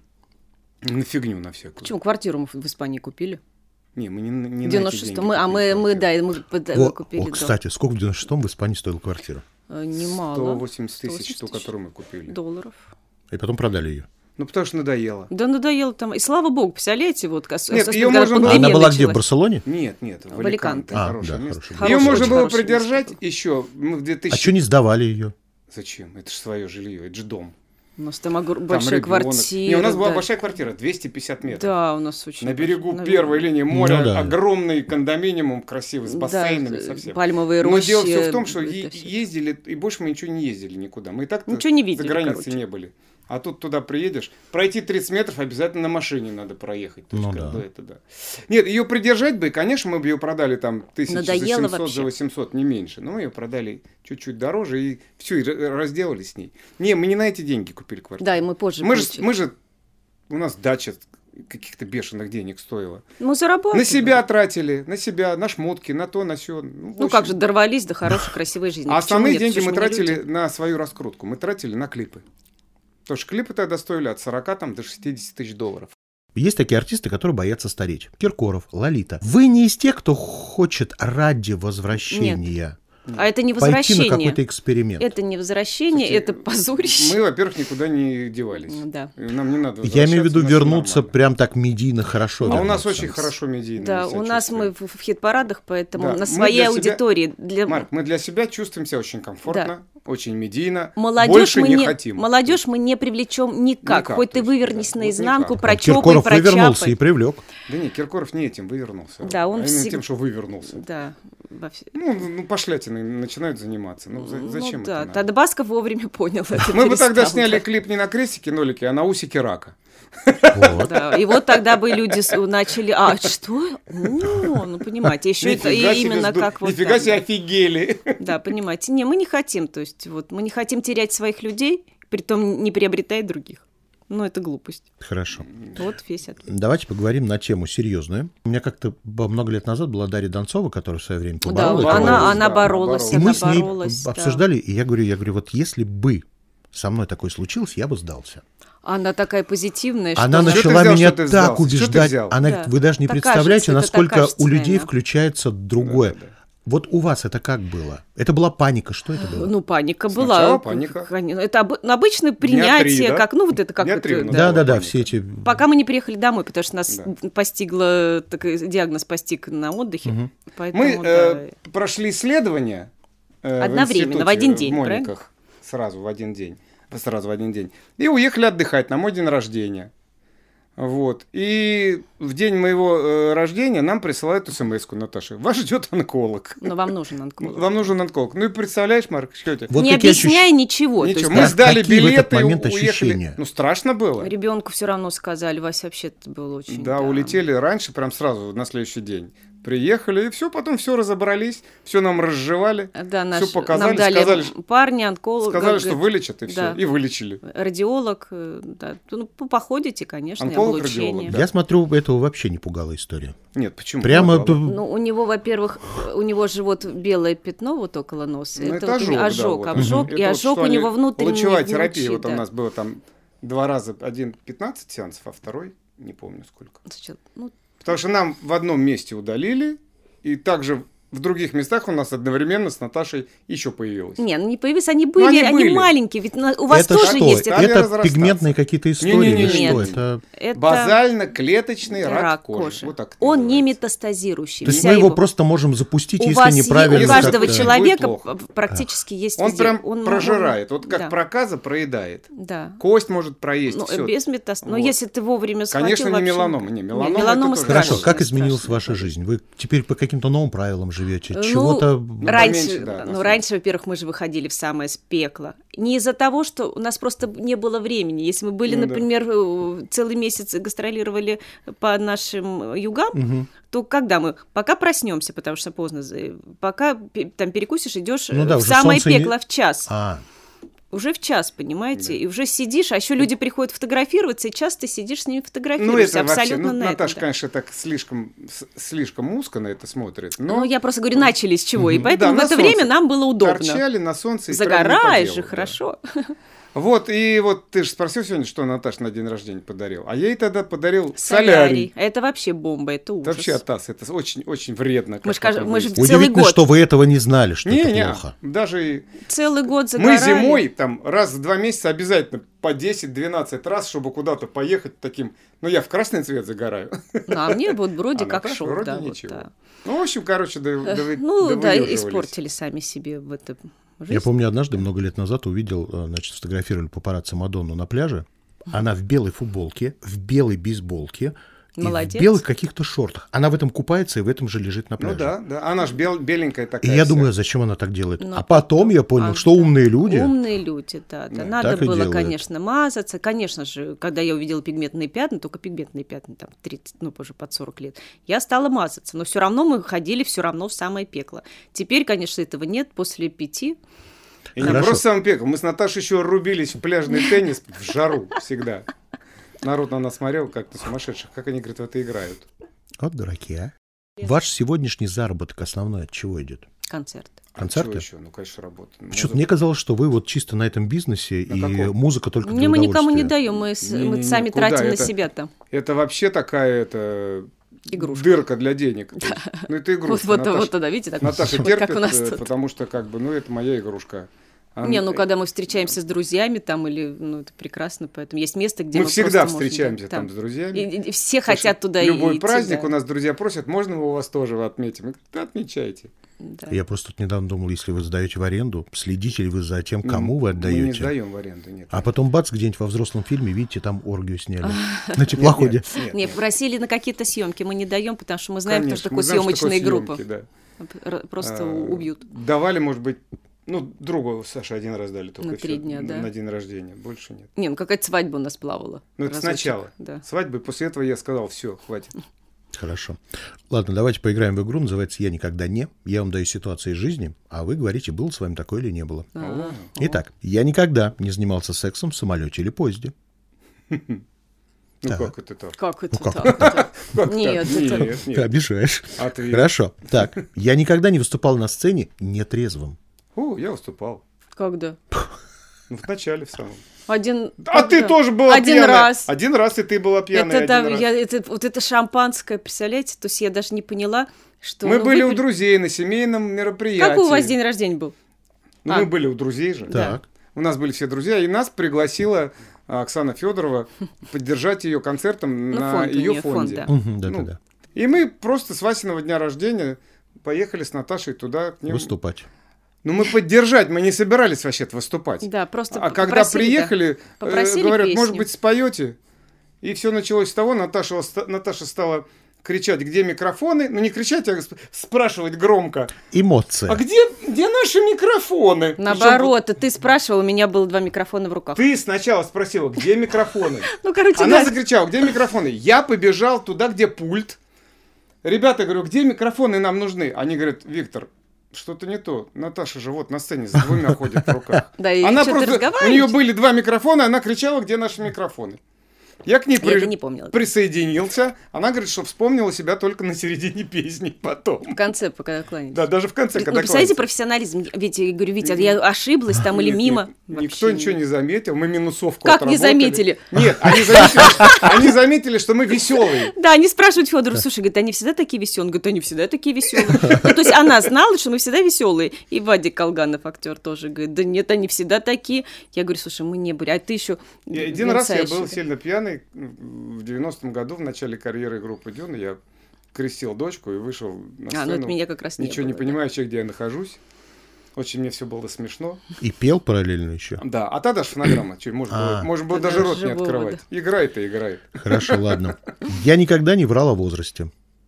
На фигню, на всякую. Почему? Квартиру мы в Испании купили. Не, мы не, не В девяносто шестом. Мы, а мы, мы, да, мы О, купили. о, кстати, сколько в девяносто шестом в Испании стоила квартира? Да. Немало. сто восемьдесят тысяч, ту, которую мы купили. Долларов. И потом продали ее. Ну, потому что надоело. Да надоело там. И слава богу, представляете, вот... Нет, ее можно было... А она была где, в Барселоне? Нет, нет, в, в Аликанте. А, хорошее да, место. хорошее Ее место. можно Очень было хорошее продержать место. еще мы в две тысячи... А что не сдавали ее? Зачем? Это же свое жилье, это же дом. У нас там, огр... Там большая регионы. квартира. Не, у нас была да. большая квартира, двести пятьдесят метров. Да, у нас очень... На берегу большая. первой линии моря, Ну да. огромный кондоминиум красивый, с бассейнами Да, совсем. пальмовые Но рощи. дело все в том, что это е- всё. ездили, и больше мы ничего не ездили никуда. Мы и так Ничего не видели, за границей короче. не были. А тут туда приедешь, пройти тридцать метров обязательно на машине надо проехать. То есть, Ну как да. бы это, да. Нет, ее придержать бы, и, конечно, мы бы ее продали там тысяч за Надоело семьсот, вообще. за восемьсот, не меньше. Но мы ее продали чуть-чуть дороже и все, и р- разделались с ней. Не, мы не на эти деньги купили квартиру. Да, и мы позже мы же, получили. мы же, у нас дача каких-то бешеных денег стоила. Мы заработали. На себя тратили, на себя, на шмотки, на то, на сё. Ну, Ну как же, дорвались до хорошей, красивой жизни. А Почему основные нет? деньги Все ж мы не тратили люди. на свою раскрутку. Мы тратили на клипы. Потому что клипы тогда стоили от сорока там, до шестидесяти тысяч долларов. Есть такие артисты, которые боятся стареть. Киркоров, Лолита. Вы не из тех, кто хочет ради возвращения А это не пойти на возвращение. какой-то эксперимент? Это не возвращение, Слушайте, это позорище. Мы, во-первых, никуда не девались. Да. И нам не надо Я имею в виду возвращаться, у нас всё вернуться нормально. прям так медийно хорошо. А у нас вернуться. очень хорошо медийно. Да, мы себя у нас мы чувствуем. в, в хит-парадах, поэтому Да, на мы своей для себя- аудитории. Для... Марк, мы для себя чувствуем себя очень комфортно, очень медийно. Молодежь Больше мы не, не, хотим. молодежь мы не привлечем никак. Никак, Хоть то ты есть, вывернись да, наизнанку, вот никак. прочопай, Киркоров вывернулся прочапай. и привлек. Да не, Киркоров не этим вывернулся. Да, он а именно всег- тем, что вывернулся. Да. Во все- Ну, ну, пошлятиной начинают заниматься. Ну, за- зачем ну, это да, надо? тогда Басков вовремя понял это. Мы бы тогда перестал, сняли да. клип не на крестике-нолике, а на усике рака. Вот. Да, и вот тогда бы люди с- начали, а что? О, ну понимаете, еще это Нифига и себе именно сду- как вот. Нифига да, себе да. офигели. Да, понимаете, не, мы не хотим, то есть вот мы не хотим терять своих людей, притом не приобретая других. Ну, это глупость. Хорошо. Вот весь ответ. Давайте поговорим на тему серьезную. У меня как-то б- много лет назад была Дарья Донцова, которая в свое время Да, поборолась. боролась, она, да, она она боролась, боролась. И она мы с ней боролась. да. обсуждали, и я говорю, я говорю, вот если бы со мной такое случилось, я бы сдался. Она такая позитивная, что... Она Что ты начала взял, меня что ты так сдался? Что ты убеждать. взял? Она, Да. вы даже не Так представляете, кажется, это так насколько кажется, у людей наверное. включается другое. Да, да, да. Вот у вас это как было? Это была паника, что это было? Ну, паника Сначала была. паника. Конечно. Это об- обычное Дня три, принятие, да? как, ну, вот это как Дня вот, три э, у нас да. Да, да, да, паника. все эти. Пока мы не приехали домой, потому что нас Да. постигло, такой диагноз постиг на отдыхе. Мгм. Поэтому, Мы да. э, прошли исследование э, Одновременно, в, в один институте, день, в Мониках, сразу в один день, сразу в один день, и уехали отдыхать на мой день рождения. Вот. И в день моего э, рождения нам присылают смс-ку, Наташа. Вас ждет онколог. Но вам нужен онколог. Вам нужен онколог. Ну и представляешь, Марк, что это? Вот не какие объясняя ощущ- ничего. Ничего. То Мы есть, сдали какие в этот билеты и момент уехали. ощущения? Ну, страшно было. ребенку все равно сказали, Вася, вообще это было очень... Да, улетели раньше, прям сразу, на следующий день. Приехали, и все, потом все разобрались, все нам разжевали, Да, наш, все показали, нам дали сказали, что- парня, онколога, сказали, что вылечат, и все, да. и вылечили. радиолог, э, да. Ну, по- походите, конечно, и Онколог, облучение. радиолог, да. Я смотрю, этого вообще не пугала история. Нет, почему? Прямо Мало. п- Ну, у него, во-первых, у него же вот белое пятно вот около носа. Ну, это это вот у него ожог, да, ожог, вот. обжог, Мгм. и Это вот ожог что у они- него внутренний. Лучевая терапия, внутри, вот у да. нас было там два раза, один пятнадцать сеансов, а второй не помню сколько. Сейчас, ну, Потому что нам в одном месте удалили, и также в других местах у нас одновременно с Наташей еще появилось. Не, ну не появились, они были, они они, были. маленькие, ведь на- у вас Это тоже что? есть. Стали Это разрастаться. пигментные какие-то истории или Не-не-не, что? нет. Это... Это Базально-клеточный рак, рак кожи. кожи. Вот так это Он не называется. метастазирующий. То есть Вся мы его его- просто можем запустить, у если вас е- неправильно... у каждого как-то- человека Будет плохо. практически есть Он везде. прям Он- прожирает. он- Вот как да. проказа проедает. Да. Кость может проесть. Ну, всё. без метастаза. Но Вот. если ты вовремя схватил, Конечно, не вообще- меланома. Не, Не, меланома, меланома это тоже страшная. Хорошо, как изменилась страшная ваша болезнь. жизнь? Вы теперь по каким-то новым правилам живете? Ну, Чего-то... раньше, поменьше, да, на ну, самом раньше, во-первых, мы же выходили в самое пекло. Не из-за того, что у нас просто не было времени. Если мы были, Ну да. например, э, целый месяц гастролировали по нашим югам, Мгм. то когда мы? Пока проснемся, потому что поздно, за- пока пе- там перекусишь, идешь Ну да, в уже самое солнце не- пекло в час. А, Уже в час, понимаете? Да. И уже сидишь, а еще люди приходят фотографироваться, и часто сидишь с ними Ну, фотографируешься. это вообще, абсолютно ну, на Наташа, это. Да. конечно, так слишком, с- слишком узко на это смотрит. Но Ну, я просто говорю, начали с чего, и поэтому Да, в на это солнце. время нам было удобно. торчали на солнце и прям не по Загораешь делу, же, да. хорошо. Вот, и вот ты же спросил сегодня, что Наташа на день рождения подарил. А я ей тогда подарил Солярий. солярий. Это вообще бомба, это ужас. Это вообще атас, это очень-очень вредно. как Мы ж кажд- потом мы ж выяснилось. Целый удивительно, год. что вы этого не знали, что не, это не, плохо. даже и- Целый год мы загорали. зимой там раз в два месяца обязательно по десять-двенадцать раз, чтобы куда-то поехать таким. Ну, я в красный цвет загораю. Ну, а мне вот вроде А как Наташа шел, вроде да, вот, ничего. да. Ну, в общем, короче, да, да вы- Ну, да да, выеживались. испортили сами себе в это жизнь. Я помню, однажды, много лет назад, увидел, э, значит, сфотографировали папарацци Мадонну на пляже. Она в белой футболке, в белой бейсболке и Молодец. в белых каких-то шортах. Она в этом купается и в этом же лежит на пляже. Ну да, да. Она ж бел- беленькая И такая. я вся. думаю, зачем она так делает? Ну, а потом я понял, а, что да. умные люди. Умные люди, да. да. Да. Надо Так и было, делают. конечно, мазаться. Конечно же, когда я увидела пигментные пятна, только пигментные пятна, там, тридцать, ну, позже под сорок лет, я стала мазаться. Но все равно мы ходили все равно в самое пекло. Теперь, конечно, этого нет после пяти. И не Хорошо. просто сам пекал. Мы с Наташей еще рубились в пляжный теннис в жару всегда. Народ на нас смотрел, как на сумасшедших. Как они, говорят, в это играют. Вот дураки, а. Ваш сегодняшний заработок основной от чего идет? Концерт. Концерты? А чего еще? Ну, конечно, работа. Что-то мне казалось, что вы вот чисто на этом бизнесе, На и каком? музыка только для Не, мы никому не удовольствия. даем, мы, с- Не-не-не, мы сами куда тратим на это? себя-то. Это вообще такая это Игрушка. дырка для денег. Ну, это игрушка. Вот, вот, Наташа- вот тогда, видите, так Наташа вот терпит, как у нас э, тут. потому что, как бы, ну, это моя игрушка. А Не, н- ну когда мы встречаемся с друзьями там или, ну это прекрасно, поэтому есть место, где мы мы, всегда просто можем, встречаемся да, там с друзьями. И, и- и все Слушай, хотят туда Любой идти, праздник да. у нас друзья просят, можно мы у вас тоже отметим? Мы говорим, да, отмечайте. Да. Я просто тут недавно думал, если вы сдаете в аренду, следите ли вы за тем, кому вы Мы не отдаете. сдаем в аренду, нет. А потом бац, где-нибудь во взрослом фильме, видите, там оргию сняли. На теплоходе. Нет, нет, Не, нет. просили на какие-то съемки, мы не даем, потому что мы знаем, Конечно, что мы такое знаем, что съемочные такое группы. съемки, да. Р- Просто А, убьют. Давали, может быть, ну, другу Саше один раз дали только На три всё, дня, на- да. На день рождения, больше нет. Не, ну какая-то свадьба у нас плавала. Ну, это Разочек, сначала. Да. Свадьбы, после этого я сказал, все, хватит. Хорошо. Ладно, давайте поиграем в игру. Называется «Я никогда не». Я вам даю ситуации из жизни, а вы говорите, было с вами такое или не было. А, Итак, я никогда не занимался сексом в самолете или поезде. Ну, Так. как это так? Как это как так? Как Нет, так? это- Нет, Ты нет. обижаешь. Ответ. Хорошо. Так, я никогда не выступал на сцене нетрезвым. О, я выступал. Когда? Ну, в начале в самом. Один. А ты когда? тоже была Один пьяная. раз. Один раз, и ты была пьяная Это, да, один раз. я, это, вот это шампанское, представляете? То есть я даже не поняла, что... Мы ну, были у выпили- друзей на семейном мероприятии. Какой у вас день рождения был? Ну, А. мы были у друзей же. Да. Так. У нас были все друзья, и нас пригласила а, Оксана Федорова поддержать ее концертом Ну, на фонд у ее неё, фонд, фонде. да. Мгм, Ну, Да-да-да. И мы просто с Васиного дня рождения поехали с Наташей туда. К ним. Выступать. Ну, мы поддержать, мы не собирались вообще-то выступать. Да, просто А когда попросили, да. приехали, э, Попросили говорят, песню. может быть, споете? И все началось с того, Наташа, оста- Наташа стала кричать, где микрофоны. Ну, не кричать, а сп- спрашивать громко. Эмоции. А где, где наши микрофоны? Наоборот, ты спрашивал, у меня было два микрофона в руках. Ты сначала спросила, где микрофоны? Ну, короче, Она да. закричала, где микрофоны? Я побежал туда, где пульт. Ребята, говорю, где микрофоны нам нужны? Они говорят, Виктор, что-то не то. Наташа же вот на сцене с двумя ходит в руках. Да, и Она что, ты просто, у разговариваешь? нее были два микрофона, она кричала, где наши микрофоны. Я к ней Я при- это не помнила. присоединился. Она говорит, что вспомнила себя только на середине песни потом. В конце, пока кланяетесь. Да, даже в конце, Ну, когда представляете, кланяется. профессионализм. Витя, я говорю, Витя, я ошиблась там или Нет, мимо. нет, Вообще никто нет. ничего не заметил, мы минусовку Как не отработали. заметили? Нет, они заметили, они заметили, что мы веселые. Да, они спрашивают Федора, слушай, говорит, они всегда такие веселые? Он говорит, они всегда такие веселые. Ну, то есть она знала, что мы всегда веселые. И Вадик Колганов, актер, тоже говорит, да нет, они всегда такие. Я говорю, слушай, мы не были, а ты еще. Один раз я был сильно пьяный в девяностом году, в начале карьеры группы Дюна. Я крестил дочку и вышел на сцену. А, ну это меня как раз не Ничего было, не да. понимающий, где я нахожусь. Очень мне все было смешно. И пел параллельно еще. Да, а тогда же фонограмма. Чё, Можно было, А. можно было Тогда даже рот не живого, открывать. Играет и играет. Хорошо, ладно. Я никогда не врал о возрасте.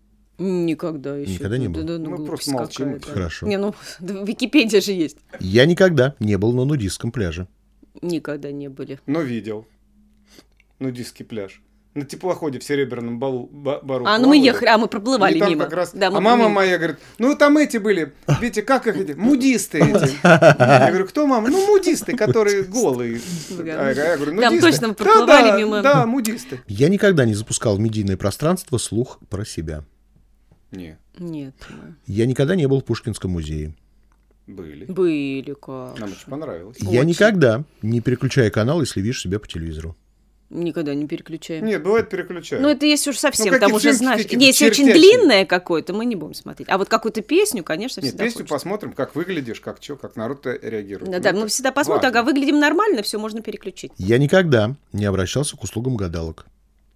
Никогда еще. Никогда не был? Ну, мы просто молчим. Хорошо. Не, ну, Википедия же есть. Я никогда не был на нудистском пляже. Никогда не были. Но видел. Нудистский пляж. На теплоходе в Серебряном балу, ба- бару. А, ну мы плавали. ехали, а мы проплывали И там мимо. как раз... Да, мы а мама мимо. моя говорит, ну там эти были, видите, как их эти, мудисты эти. Я говорю, кто мама? Ну мудисты, которые голые. А я говорю, Там нудисты. точно мы проплывали Да-да, мимо. Да, мудисты. Я никогда не запускал в медийное пространство слух про себя. Не, Нет. Я никогда не был в Пушкинском музее. были. Были как. Нам очень понравилось. Я Очень. никогда не переключаю канал, если видишь себя по телевизору. Никогда не переключаем. Нет, бывает переключаю. Ну, это если уж совсем, Ну, там какие-то уже фильмы знаешь. какие-то Если очень чертящие. длинное какое-то, мы не будем смотреть. А вот какую-то песню, конечно, Нет, всегда песню хочется. посмотрим, как выглядишь, как что, как народ реагирует. Да, Ну, да, это мы всегда посмотрим, важно. ага, выглядим нормально, все можно переключить. Я никогда не обращался к услугам гадалок.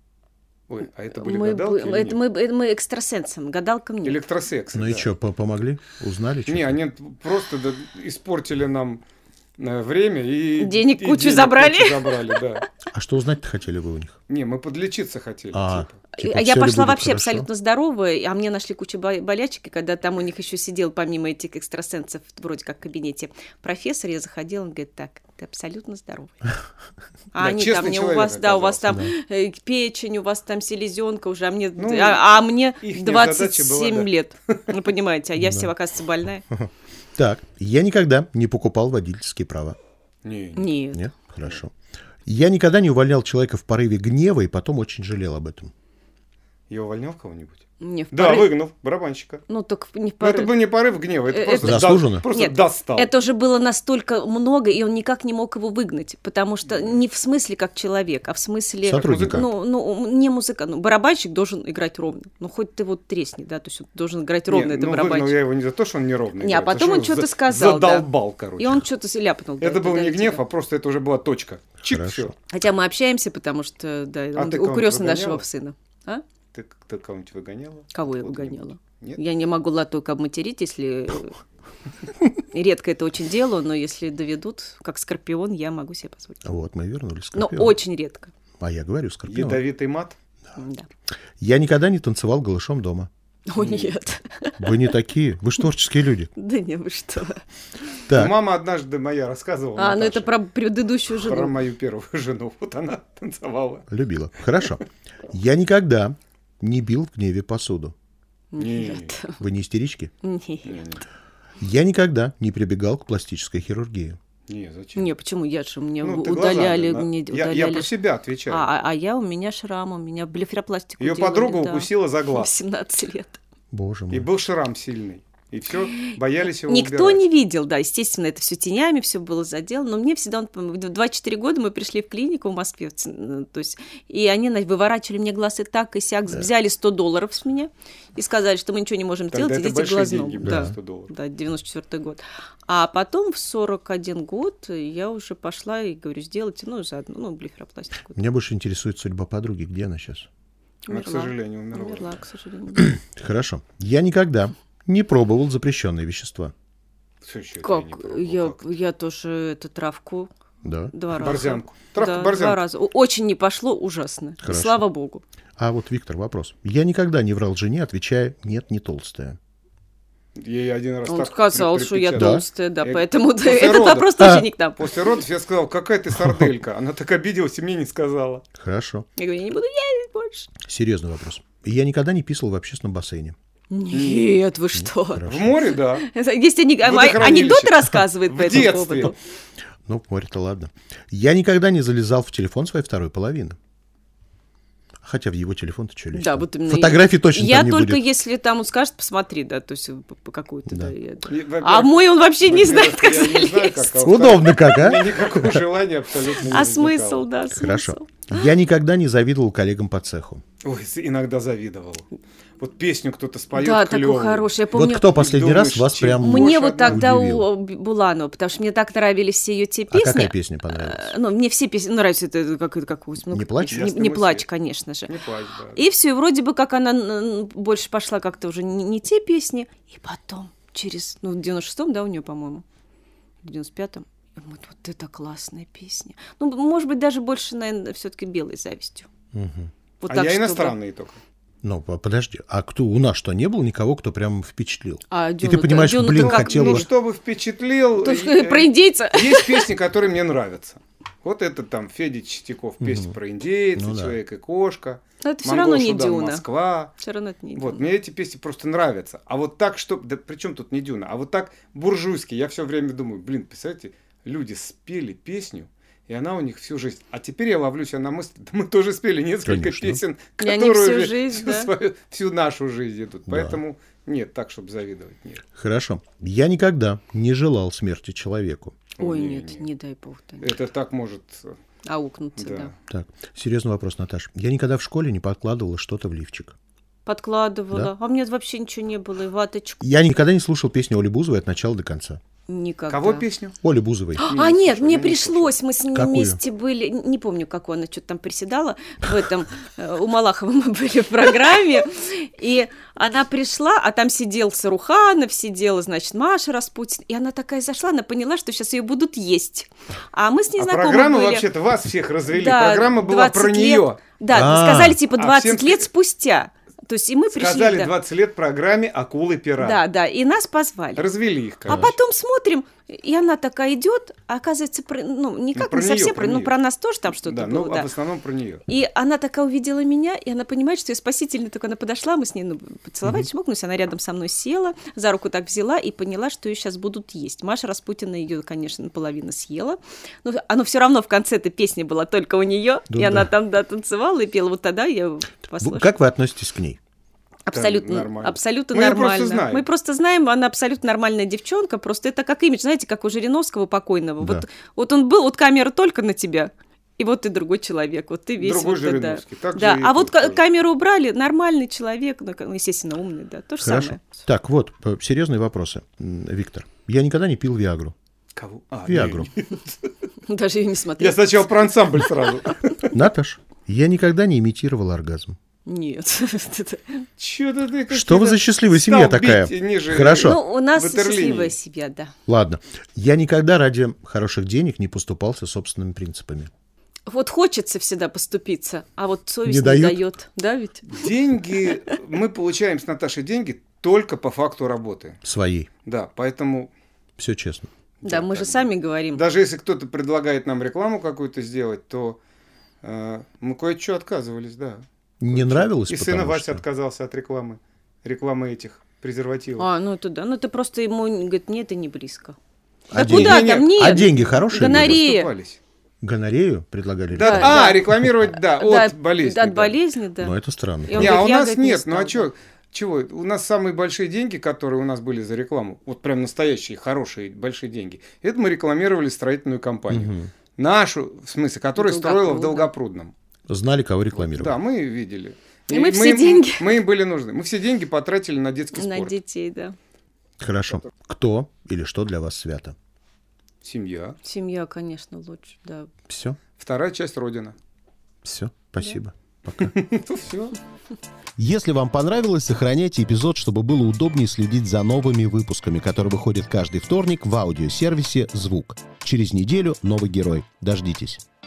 Ой, а это были Мы, гадалки бы- или это, нет? мы, это мы экстрасенсам, гадалкам нет. Электросекс. Ну и да. что, помогли? Узнали? чё? Не, они просто да, испортили нам э, время и... Денег и кучу денег забрали. кучу забрали, да. А что узнать-то хотели вы у них? Не, мы подлечиться хотели. А, типа. типа, А я всё ли пошла будет вообще хорошо? абсолютно здоровая, а мне нашли кучу бо- болячек, и когда там у них еще сидел, помимо этих экстрасенсов, вроде как в кабинете, профессор, я заходила, он говорит, так, ты абсолютно здоровый. А Да, они честный там, мне, у человек вас, да, у вас там оказался, э, печень, у вас там селезенка уже, а мне, Ну, а, а мне ихняя двадцать задача была, семь да. лет, ну, понимаете, а я вся, оказывается, больная. Так, я никогда не покупал водительские права. Не, не. Нет. Нет? Хорошо. Я никогда не увольнял человека в порыве гнева и потом очень жалел об этом. Я увольнял кого-нибудь? Не в Да, порыв- выгнал барабанщика. Ну, только не в Но это порыв. был не порыв гнева, это Э, просто, это- да- Заслуженно? просто Нет, достал. Это уже было настолько много, и он никак не мог его выгнать, потому что не в смысле как человек, а в смысле... Сотрудника. Ну, ну, не музыкант. Ну, барабанщик должен играть ровно. Ну, хоть ты вот тресни, да, то есть он должен играть ровно, Не, это ну, выгнал барабанщик. я его не за то, что он неровный. Не, а играет, потом за он что что-то за- сказал, да. Задолбал, короче. И он что-то ляпнул. да, Это был да, не да, гнев, да. а просто это уже была точка. Чик, Хорошо. все. Хотя мы общаемся, потому что, да, он ты кого-нибудь укрёс выгоняла? нашего сына. А? Ты, ты кого-нибудь выгоняла? Кого я Откуда-нибудь? выгоняла? Нет? Я не могу латок обматерить, если... Редко это очень делаю, но если доведут, как скорпион, я могу себе позволить. Вот, мы вернулись к Но Скорпиону. очень редко. А я говорю, Скорпион. Ядовитый мат? Да. Я никогда не танцевал голышом дома. О, нет. Вы не такие, вы же творческие люди. Да не, вы что. Так, Мама однажды моя рассказывала. А, ну Наташе, это про предыдущую про жену. мою первую жену. Вот она танцевала. любила. Хорошо. Я никогда не бил в гневе посуду. Нет. Вы не истерички? Нет. Не, не, Я никогда не прибегал к пластической хирургии. не, зачем? Не, почему я же мне Ну, ты удаляли, глазами, да. мне я, удаляли. я про себя отвечаю. А, а, а я у меня шрам, у меня блефаропластику Ее делали, подруга да. укусила за глаз. восемнадцать лет. Боже мой. И был шрам сильный. И все, боялись его Никто убирать. не видел, да, естественно, это все тенями, все было заделано, но мне всегда, он, в двадцать-четыре года мы пришли в клинику в Москве, в ц- то есть, и они на- выворачивали мне глаз и так, и сяк, взяли сто долларов с меня и сказали, что мы ничего не можем Тогда делать, это идите к большие глазному. деньги были, Да. сто долларов. Да, девяносто четвёртый год. А потом в сорок один год я уже пошла и говорю, сделайте, ну, заодно, ну, блефаропластику. Меня больше интересует судьба подруги. Где она сейчас? Она, к сожалению, умерла. Умерла, к сожалению. Хорошо. Я никогда не пробовал запрещенные вещества. Всё ещё это Как? не пробовал, Я, как? я тоже эту травку Да. два раза. Борзянку. Травку Да, борзянку. два раза. О- Очень не пошло, ужасно. И Хорошо. слава богу. А вот, Виктор, вопрос. Я никогда не врал жене, отвечая, нет, не толстая. Ей один раз Он так сказал, при- что я припечатал. толстая, да, Я- поэтому да, после этот родов. вопрос тоже А. не к нам. После родов я сказал, какая ты сарделька. Она так обиделась и мне не сказала. Хорошо. Я говорю, я не буду есть больше. Серьезный вопрос. Я никогда не писал в общественном бассейне. Нет, вы что? В море, да. Есть ани- а- Водохранилище. анекдоты рассказывает В по этому детстве. поводу. Ну, в море-то ладно. Я никогда не залезал в телефон своей второй половины. Хотя в его телефон-то что лезть? Да, там? вот именно. Фотографии точно Я там не только будет. если там он скажет, посмотри, да, то есть по, по какую-то, да. Да. я- И, во-первых, А мой он вообще не знает, как во-первых, я не знаю, как, залезть. а во-вторых, Удобно как, у меня а? никакого желания абсолютно не А возникало. смысл, да, смысл. Хорошо. Я никогда не завидовал коллегам по цеху. Ой, с- иногда завидовал. Вот песню кто-то споет Да, клёвую. такой хороший. Я помню, Вот кто последний думаешь, раз вас чем прям... мне больше вот одна тогда удивил. у Буланова, потому что мне так нравились все ее те А песни. какая песня понравилась? Э, Ну, мне все песни, ну, нравится это, как, как, ну, Не плачь? Не, Ясный не мой плачь, свет. конечно же. Не плачь, да. И все, вроде бы как она м, больше пошла как-то уже не, не те песни. И потом, через, ну, в девяносто шестом, да, у нее, по-моему, в девяносто пятом, вот, вот это классная песня. Ну, может быть, даже больше, наверное, все-таки белой завистью. Мгм. Вот а так, я чтобы- иностранные только. Ну, по- подожди, а кто у нас что, не было никого, кто прям впечатлил? А И ты Дюну-то- понимаешь, Дюну-то блин, как хотел Ну, бы- чтобы впечатлил... То, э, про индейца. Есть песни, которые мне нравятся. Вот это там Федя Чистяков, песня про индейца, Ну да. «Человек и кошка», Но это все равно не «Монгол Шудан, Дюна. Москва». Все равно это не Вот, Дюна. мне эти песни просто нравятся. А вот так, что... Да при чем тут не Дюна? А вот так буржуйски. Я все время думаю, блин, представляете, люди спели песню, и она у них всю жизнь. А теперь я ловлю себя на мысли, да мы тоже спели несколько Конечно. песен, И они которые всю уже жизнь, всю, да. свою- всю нашу жизнь идут. Да. Поэтому нет, так, чтобы завидовать, нет. Хорошо. Я никогда не желал смерти человеку. Ой, Не, нет, не. не дай бог. Да. Это так может... Аукнуться, Да. да. Так, серьезный вопрос, Наташа. Я никогда в школе не подкладывала что-то в лифчик. Подкладывала. Да? А у меня вообще ничего не было. И ваточку Я никогда не слушал песню Оли Бузовой от начала до конца. никогда. Кого песню? Оли Бузовой. А, Не нет, слушаю, мне я не пришлось, мы с ней Какую? вместе были, не помню, какую она что-то там приседала в этом, э, у Малахова мы были в программе, и она пришла, а там сидел Саруханов, сидела, значит, Маша Распутин, и она такая зашла, она поняла, что сейчас ее будут есть, а мы с ней А знакомы программа были. вообще-то вас всех развели. Да, Программа была двадцать про лет. нее. Да, А. сказали типа А двадцать всем лет ски- спустя, то есть и мы пришли. Сказали да. двадцать лет программе «Акулы-пера». Да, да, и нас позвали. Развели их, А короче. потом смотрим, и она такая идет, а оказывается, про- ну, никак про не неё, совсем, про про, ну, неё. про нас тоже там что-то Да, было, ну, да. а в основном про нее. И она такая увидела меня, и она понимает, что я спасительная, только она подошла, мы с ней ну, поцеловались, чмокнулись, она рядом со мной села, за руку так взяла и поняла, что ее сейчас будут есть. Маша Распутина ее, конечно, наполовину съела, но оно все равно в конце этой песни была только у нее, Ну и да. она там, да, танцевала и пела. Вот тогда я Вы- послушала. Как вы относитесь к ней? Абсолютно, нормально. абсолютно Мы её нормально. просто знаем. Мы просто знаем, она абсолютно нормальная девчонка, просто это как имидж, знаете, как у Жириновского покойного. Да. Вот, вот он был, вот камера только на тебя, и вот ты другой человек, вот ты весь Другой вот это. Жириновский, так же Да, и а вот тут ка- тоже. камеру убрали, нормальный человек, ну, как- ну, естественно, умный, да, то же Хорошо. самое. Так, вот, п- серьезные вопросы. М, Виктор, я никогда не пил Виагру. Кого? А, Виагру. не, не. Даже ее не Я смотрела. сначала про ансамбль сразу. Наташ, я никогда не имитировал оргазм. Нет. Чё-то ты Что вы какие-то за счастливая семья стал такая? бить ниже- Хорошо. Ну, у нас ватерлинии. счастливая семья, да. Ладно. Я никогда ради хороших денег не поступался собственными принципами. Вот хочется всегда поступиться, а вот совесть Не не, дают? дает. Да, ведь? Деньги, мы получаем с Наташей деньги только по факту работы. Своей. Да, поэтому Все честно. Да, мы как же бы. сами говорим. даже если кто-то предлагает нам рекламу какую-то сделать, то э, мы кое-что отказывались, да. Не нравилось, И потому сын Вася что... отказался от рекламы. Рекламы этих презервативов. А, ну это да. Ну это просто ему говорит, нет, это не близко. А Да деньги? куда Не-не, там? Нет. А деньги хорошие? были? Гонорея. Поступались. Гонорею предлагали? Да, рекламу? Да, а, да. рекламировать, да, Да, от болезни. да, от да. болезни, да. Ну, это странно. И он Не, а у говорит, я, нас говорит, не нет, ну а стал, что? Чего? У нас самые большие деньги, которые у нас были за рекламу, вот прям настоящие, хорошие, большие деньги, это мы рекламировали строительную компанию. Мгм. Нашу, в смысле, которая строила в Долгопрудном. Долгопрудном. Знали, кого рекламировать. Да, мы видели. И мы все им- деньги. Мы им были нужны. Мы все деньги потратили на детский На спорт. детей, да. Хорошо. Кто или что для вас свято? Семья. Семья, конечно, лучше, да. Все? Вторая часть Родина. Все. Спасибо. Пока. Ну все. Если вам понравилось, сохраняйте эпизод, чтобы было удобнее следить за новыми выпусками, которые выходят каждый вторник в аудиосервисе «Звук». Через неделю новый герой. Дождитесь.